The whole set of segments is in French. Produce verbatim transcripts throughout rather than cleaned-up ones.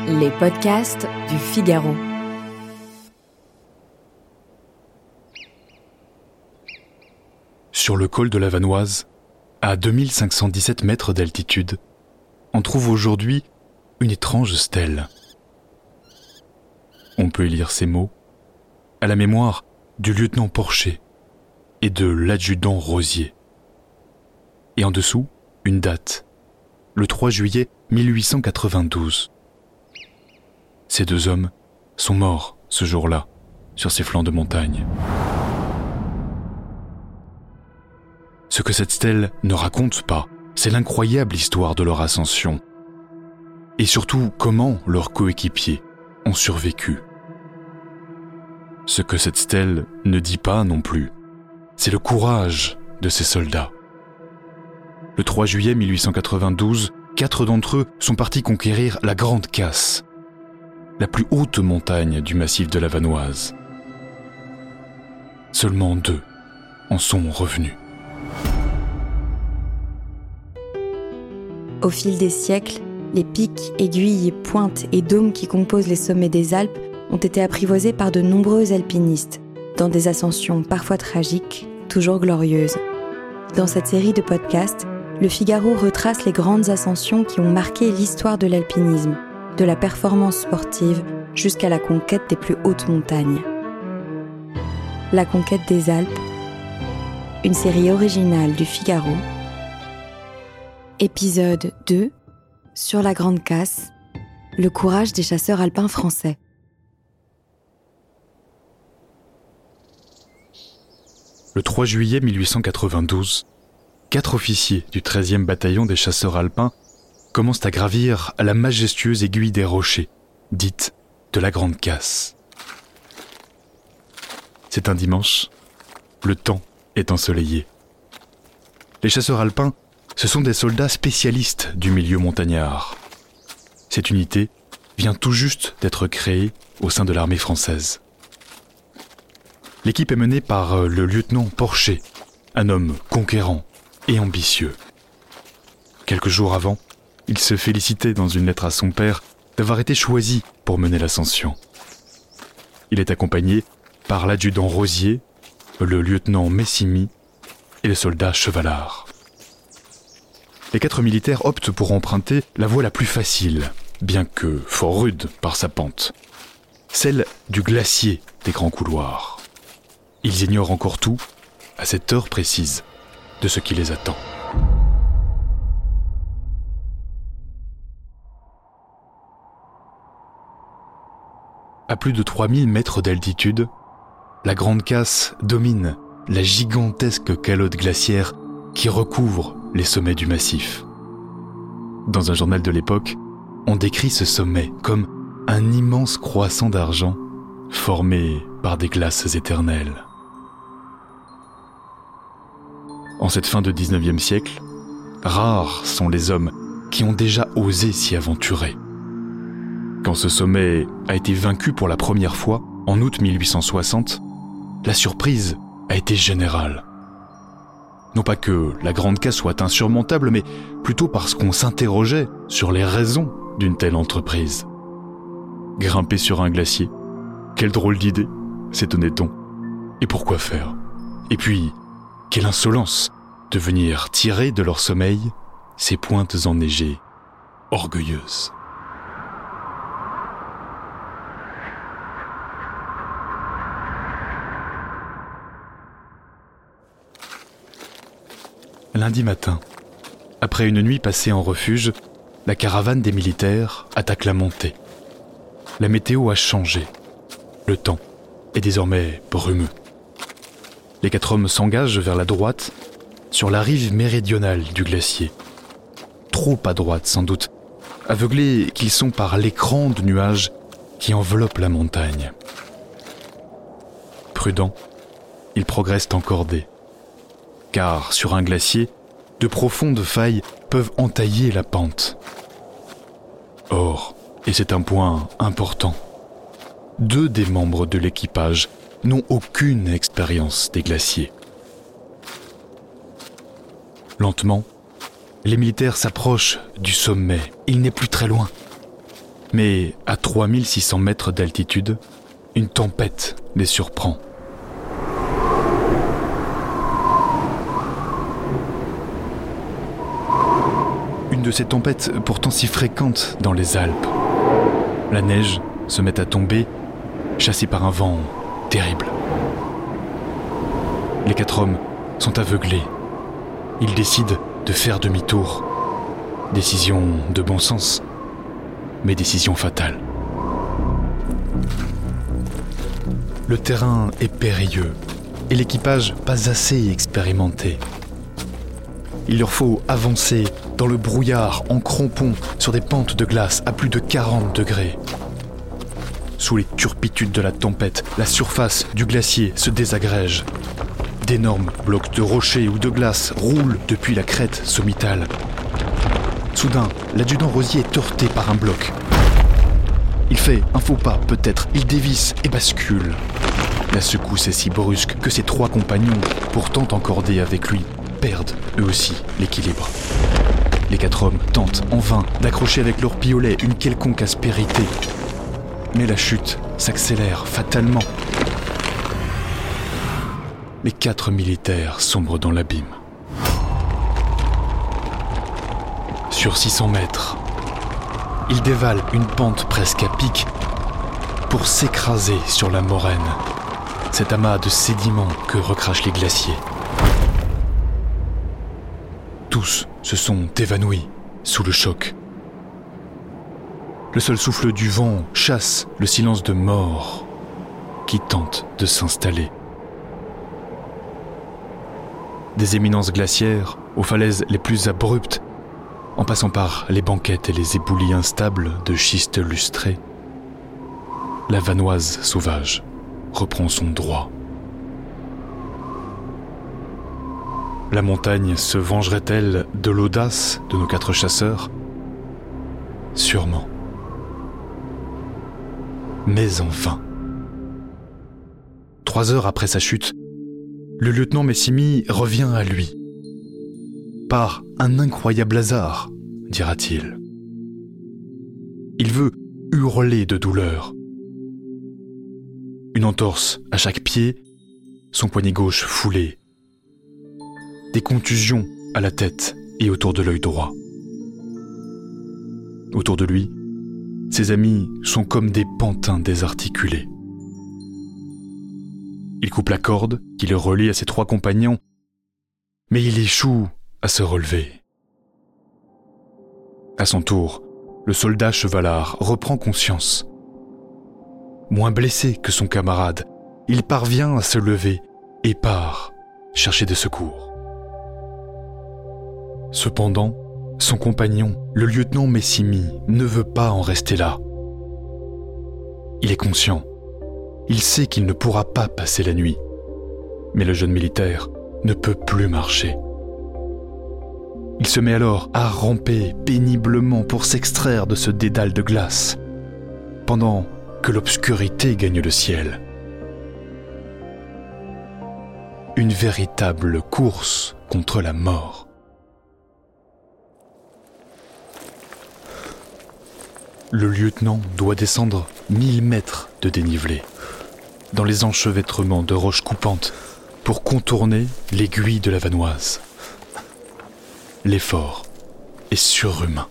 Les podcasts du Figaro. Sur le col de la Vanoise, à deux mille cinq cent dix-sept mètres d'altitude, on trouve aujourd'hui une étrange stèle. On peut y lire ces mots, à la mémoire du lieutenant Porcher et de l'adjudant Rosier. Et en dessous, une date, le trois juillet mille huit cent quatre-vingt-douze. Ces deux hommes sont morts ce jour-là, sur ces flancs de montagne. Ce que cette stèle ne raconte pas, c'est l'incroyable histoire de leur ascension. Et surtout, comment leurs coéquipiers ont survécu. Ce que cette stèle ne dit pas non plus, c'est le courage de ces soldats. Le trois juillet mille huit cent quatre-vingt-douze, quatre d'entre eux sont partis conquérir la Grande Casse, la plus haute montagne du massif de la Vanoise. Seulement deux en sont revenus. Au fil des siècles, les pics, aiguilles, pointes et dômes qui composent les sommets des Alpes ont été apprivoisés par de nombreux alpinistes, dans des ascensions parfois tragiques, toujours glorieuses. Dans cette série de podcasts, le Figaro retrace les grandes ascensions qui ont marqué l'histoire de l'alpinisme, de la performance sportive jusqu'à la conquête des plus hautes montagnes. La conquête des Alpes, une série originale du Figaro. Épisode deux, sur la Grande Casse, le courage des chasseurs alpins français. Le trois juillet mille huit cent quatre-vingt-douze, quatre officiers du treizième bataillon des chasseurs alpins commencent à gravir la majestueuse aiguille des rochers, dite de la Grande Casse. C'est un dimanche, le temps est ensoleillé. Les chasseurs alpins, ce sont des soldats spécialistes du milieu montagnard. Cette unité vient tout juste d'être créée au sein de l'armée française. L'équipe est menée par le lieutenant Porcher, un homme conquérant et ambitieux. Quelques jours avant, il se félicitait dans une lettre à son père d'avoir été choisi pour mener l'ascension. Il est accompagné par l'adjudant Rosier, le lieutenant Messimy et le soldat Chevalard. Les quatre militaires optent pour emprunter la voie la plus facile, bien que fort rude par sa pente, celle du glacier des grands couloirs. Ils ignorent encore tout, à cette heure précise, de ce qui les attend. À plus de trois mille mètres d'altitude, la Grande Casse domine la gigantesque calotte glaciaire qui recouvre les sommets du massif. Dans un journal de l'époque, on décrit ce sommet comme un immense croissant d'argent formé par des glaces éternelles. En cette fin de dix-neuvième siècle, rares sont les hommes qui ont déjà osé s'y aventurer. Quand ce sommet a été vaincu pour la première fois, en août mille huit cent soixante, la surprise a été générale. Non pas que la Grande Casse soit insurmontable, mais plutôt parce qu'on s'interrogeait sur les raisons d'une telle entreprise. Grimper sur un glacier, quelle drôle d'idée, s'étonnait-on. Et pourquoi faire ? Et puis, quelle insolence de venir tirer de leur sommeil ces pointes enneigées, orgueilleuses. Lundi matin, après une nuit passée en refuge, la caravane des militaires attaque la montée. La météo a changé. Le temps est désormais brumeux. Les quatre hommes s'engagent vers la droite, sur la rive méridionale du glacier. Trop à droite sans doute, aveuglés qu'ils sont par l'écran de nuages qui enveloppe la montagne. Prudents, ils progressent en cordée. Car sur un glacier, de profondes failles peuvent entailler la pente. Or, et c'est un point important, deux des membres de l'équipage n'ont aucune expérience des glaciers. Lentement, les militaires s'approchent du sommet. Il n'est plus très loin. Mais à trois mille six cents mètres d'altitude, une tempête les surprend. Une de ces tempêtes pourtant si fréquentes dans les Alpes. La neige se met à tomber, chassée par un vent terrible. Les quatre hommes sont aveuglés. Ils décident de faire demi-tour. Décision de bon sens, mais décision fatale. Le terrain est périlleux et l'équipage pas assez expérimenté. Il leur faut avancer dans le brouillard en crampons sur des pentes de glace à plus de quarante degrés. Sous les turpitudes de la tempête, la surface du glacier se désagrège. D'énormes blocs de rochers ou de glace roulent depuis la crête sommitale. Soudain, l'adjudant Rosier est heurté par un bloc. Il fait un faux pas, peut-être. Il dévisse et bascule. La secousse est si brusque que ses trois compagnons, pourtant encordés avec lui, perdent eux aussi l'équilibre. Les quatre hommes tentent en vain d'accrocher avec leurs piolets une quelconque aspérité. Mais la chute s'accélère fatalement. Les quatre militaires sombrent dans l'abîme. Sur six cents mètres, ils dévalent une pente presque à pic pour s'écraser sur la moraine, cet amas de sédiments que recrachent les glaciers. Tous se sont évanouis sous le choc. Le seul souffle du vent chasse le silence de mort qui tente de s'installer. Des éminences glaciaires aux falaises les plus abruptes, en passant par les banquettes et les éboulis instables de schiste lustré, la Vanoise sauvage reprend son droit. La montagne se vengerait-elle de l'audace de nos quatre chasseurs ? Sûrement. Mais en vain. Trois heures après sa chute, le lieutenant Messimy revient à lui. Par un incroyable hasard, dira-t-il. Il veut hurler de douleur. Une entorse à chaque pied, son poignet gauche foulé. Des contusions à la tête et autour de l'œil droit. Autour de lui, ses amis sont comme des pantins désarticulés. Il coupe la corde qui le relie à ses trois compagnons, mais il échoue à se relever. À son tour, le soldat chevalard reprend conscience. Moins blessé que son camarade, il parvient à se lever et part chercher des secours. Cependant, son compagnon, le lieutenant Messimy, ne veut pas en rester là. Il est conscient. Il sait qu'il ne pourra pas passer la nuit. Mais le jeune militaire ne peut plus marcher. Il se met alors à ramper péniblement pour s'extraire de ce dédale de glace, pendant que l'obscurité gagne le ciel. Une véritable course contre la mort. Le lieutenant doit descendre mille mètres de dénivelé, dans les enchevêtrements de roches coupantes, pour contourner l'aiguille de la Vanoise. L'effort est surhumain.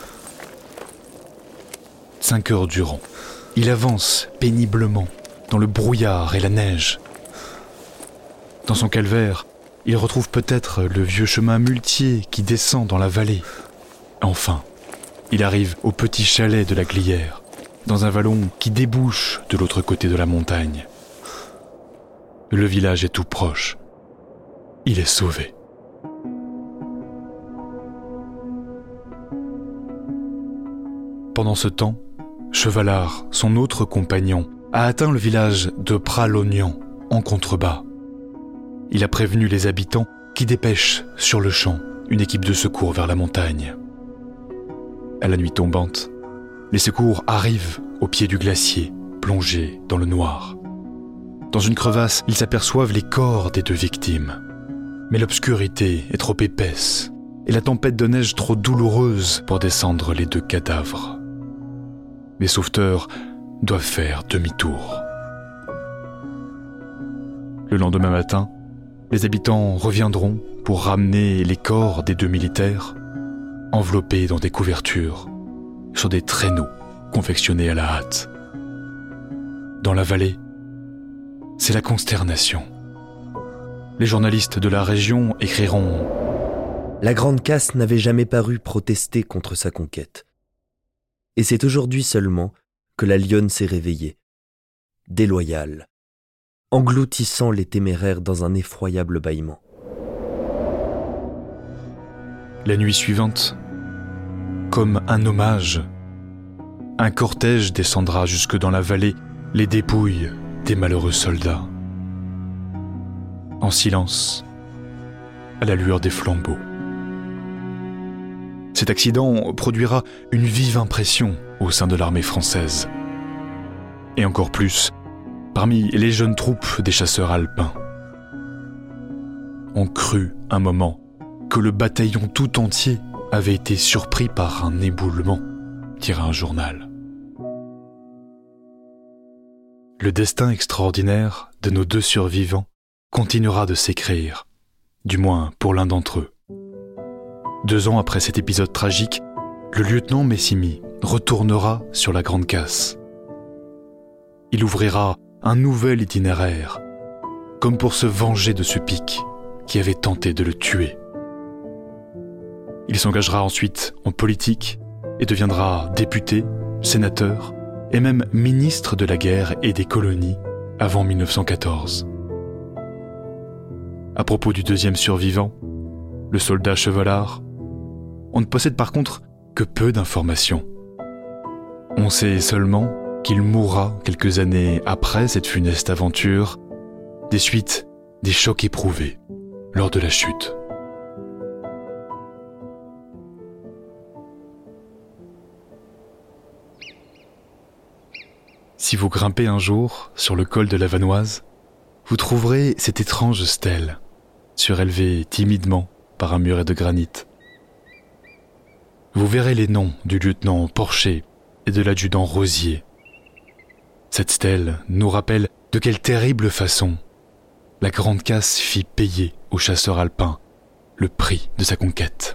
Cinq heures durant, il avance péniblement dans le brouillard et la neige. Dans son calvaire, il retrouve peut-être le vieux chemin muletier qui descend dans la vallée. Enfin, il arrive au petit chalet de la Glière, dans un vallon qui débouche de l'autre côté de la montagne. Le village est tout proche. Il est sauvé. Pendant ce temps, Chevalard, son autre compagnon, a atteint le village de Pralognan, en contrebas. Il a prévenu les habitants qui dépêchent sur le champ une équipe de secours vers la montagne. À la nuit tombante, les secours arrivent au pied du glacier, plongés dans le noir. Dans une crevasse, ils aperçoivent les corps des deux victimes. Mais l'obscurité est trop épaisse et la tempête de neige trop douloureuse pour descendre les deux cadavres. les sauveteurs doivent faire demi-tour. Le lendemain matin, les habitants reviendront pour ramener les corps des deux militaires, enveloppés dans des couvertures, sur des traîneaux confectionnés à la hâte. Dans la vallée, c'est la consternation. Les journalistes de la région écriront « La Grande Casse n'avait jamais paru protester contre sa conquête. Et c'est aujourd'hui seulement que la lionne s'est réveillée, déloyale, engloutissant les téméraires dans un effroyable bâillement. » La nuit suivante, comme un hommage, un cortège descendra jusque dans la vallée les dépouilles des malheureux soldats. En silence, à la lueur des flambeaux. Cet accident produira une vive impression au sein de l'armée française. Et encore plus, parmi les jeunes troupes des chasseurs alpins. On crut un moment que le bataillon tout entier avait été surpris par un éboulement, dira un journal. Le destin extraordinaire de nos deux survivants continuera de s'écrire, du moins pour l'un d'entre eux. Deux ans après cet épisode tragique, le lieutenant Messimy retournera sur la Grande Casse. Il ouvrira un nouvel itinéraire, comme pour se venger de ce pic qui avait tenté de le tuer. Il s'engagera ensuite en politique et deviendra député, sénateur et même ministre de la guerre et des colonies avant dix-neuf cent quatorze. À propos du deuxième survivant, le soldat Chevalard, on ne possède par contre que peu d'informations. On sait seulement qu'il mourra quelques années après cette funeste aventure, des suites des chocs éprouvés lors de la chute. Si vous grimpez un jour sur le col de la Vanoise, vous trouverez cette étrange stèle, surélevée timidement par un muret de granit. Vous verrez les noms du lieutenant Porcher et de l'adjudant Rosier. Cette stèle nous rappelle de quelle terrible façon la Grande Casse fit payer aux chasseurs alpins le prix de sa conquête.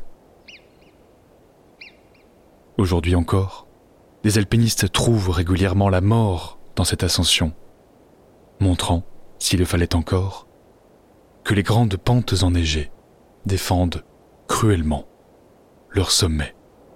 Aujourd'hui encore, les alpinistes trouvent régulièrement la mort dans cette ascension, montrant, s'il le fallait encore, que les grandes pentes enneigées défendent cruellement leur sommet.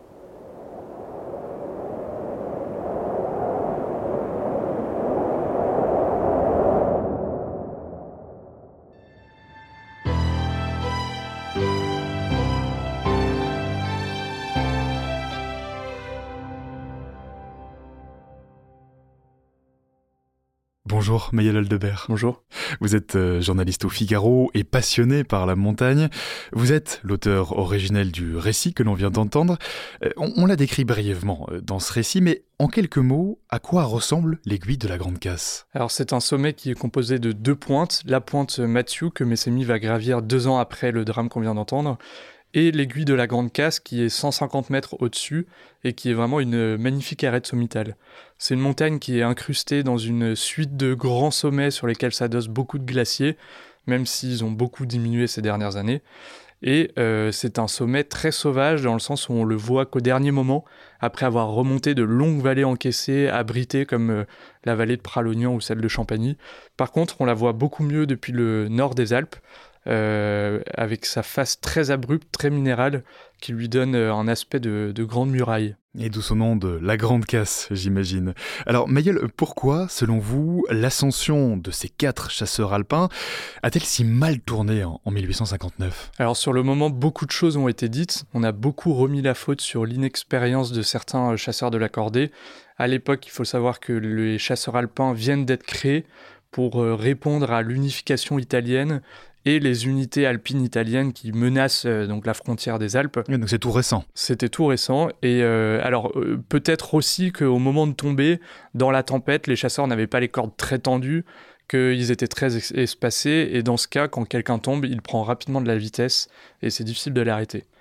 Bonjour Maëlle Aldebert. Bonjour. Vous êtes euh, journaliste au Figaro et passionné par la montagne. Vous êtes l'auteur originel du récit que l'on vient d'entendre. Euh, on, on l'a décrit brièvement euh, dans ce récit, mais en quelques mots, à quoi ressemble l'aiguille de la Grande Casse ? Alors c'est un sommet qui est composé de deux pointes. La pointe Mathieu que Messimy va gravir deux ans après le drame qu'on vient d'entendre, et l'aiguille de la Grande Casse qui est cent cinquante mètres au-dessus et qui est vraiment une magnifique arête sommitale. C'est une montagne qui est incrustée dans une suite de grands sommets sur lesquels s'adossent beaucoup de glaciers, même s'ils ont beaucoup diminué ces dernières années. Et euh, c'est un sommet très sauvage dans le sens où on le voit qu'au dernier moment, après avoir remonté de longues vallées encaissées, abritées comme euh, la vallée de Pralognan ou celle de Champagny. Par contre, on la voit beaucoup mieux depuis le nord des Alpes, Euh, avec sa face très abrupte, très minérale, qui lui donne euh, un aspect de, de grande muraille. Et d'où son nom de la Grande Casse, j'imagine. Alors Maëlle, pourquoi, selon vous, l'ascension de ces quatre chasseurs alpins a-t-elle si mal tourné en, en mille huit cent cinquante-neuf ? Alors sur le moment, beaucoup de choses ont été dites. On a beaucoup remis la faute sur l'inexpérience de certains chasseurs de la cordée. À l'époque, il faut savoir que les chasseurs alpins viennent d'être créés pour euh, répondre à l'unification italienne et les unités alpines italiennes qui menacent euh, donc la frontière des Alpes. Et donc c'est tout récent. C'était tout récent. Et euh, alors, euh, peut-être aussi qu'au moment de tomber, dans la tempête, les chasseurs n'avaient pas les cordes très tendues, qu'ils étaient très espacés. Et dans ce cas, quand quelqu'un tombe, il prend rapidement de la vitesse et c'est difficile de l'arrêter.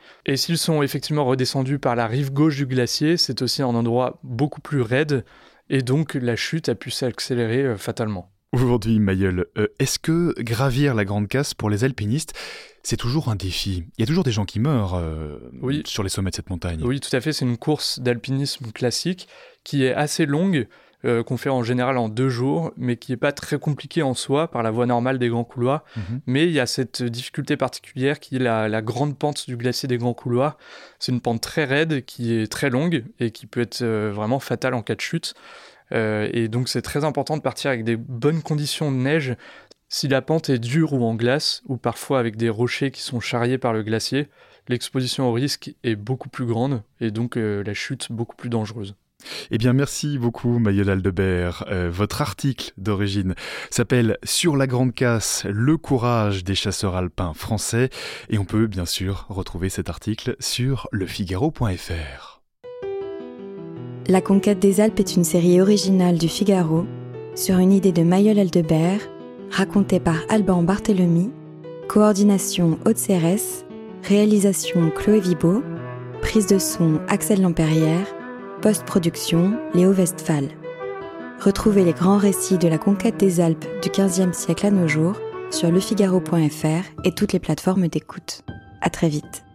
Et s'ils sont effectivement redescendus par la rive gauche du glacier, c'est aussi un endroit beaucoup plus raide, et donc la chute a pu s'accélérer euh, fatalement. Aujourd'hui, Mayeul, euh, est-ce que gravir la Grande Casse pour les alpinistes, c'est toujours un défi ? Il y a toujours des gens qui meurent euh, oui. sur les sommets de cette montagne. Oui, tout à fait. C'est une course d'alpinisme classique qui est assez longue, euh, qu'on fait en général en deux jours, mais qui n'est pas très compliquée en soi par la voie normale des grands couloirs. Mm-hmm. Mais il y a cette difficulté particulière qui est la, la grande pente du glacier des grands couloirs. C'est une pente très raide qui est très longue et qui peut être euh, vraiment fatale en cas de chute. Euh, et donc c'est très important de partir avec des bonnes conditions de neige. Si la pente est dure ou en glace, ou parfois avec des rochers qui sont charriés par le glacier, l'exposition au risque est beaucoup plus grande et donc euh, la chute beaucoup plus dangereuse. Eh bien, merci beaucoup, Mayeul Aldebert. Euh, votre article d'origine s'appelle « Sur la Grande Casse, le courage des chasseurs alpins français » et on peut bien sûr retrouver cet article sur le figaro point f r. La conquête des Alpes est une série originale du Figaro sur une idée de Mayeul Aldebert, racontée par Alban Barthélemy, coordination Aude Cérès, réalisation Chloé Vibo, prise de son Axel Lampérière, post-production Léo Westphal. Retrouvez les grands récits de la conquête des Alpes du quinzième siècle à nos jours sur le figaro point f r et toutes les plateformes d'écoute. À très vite.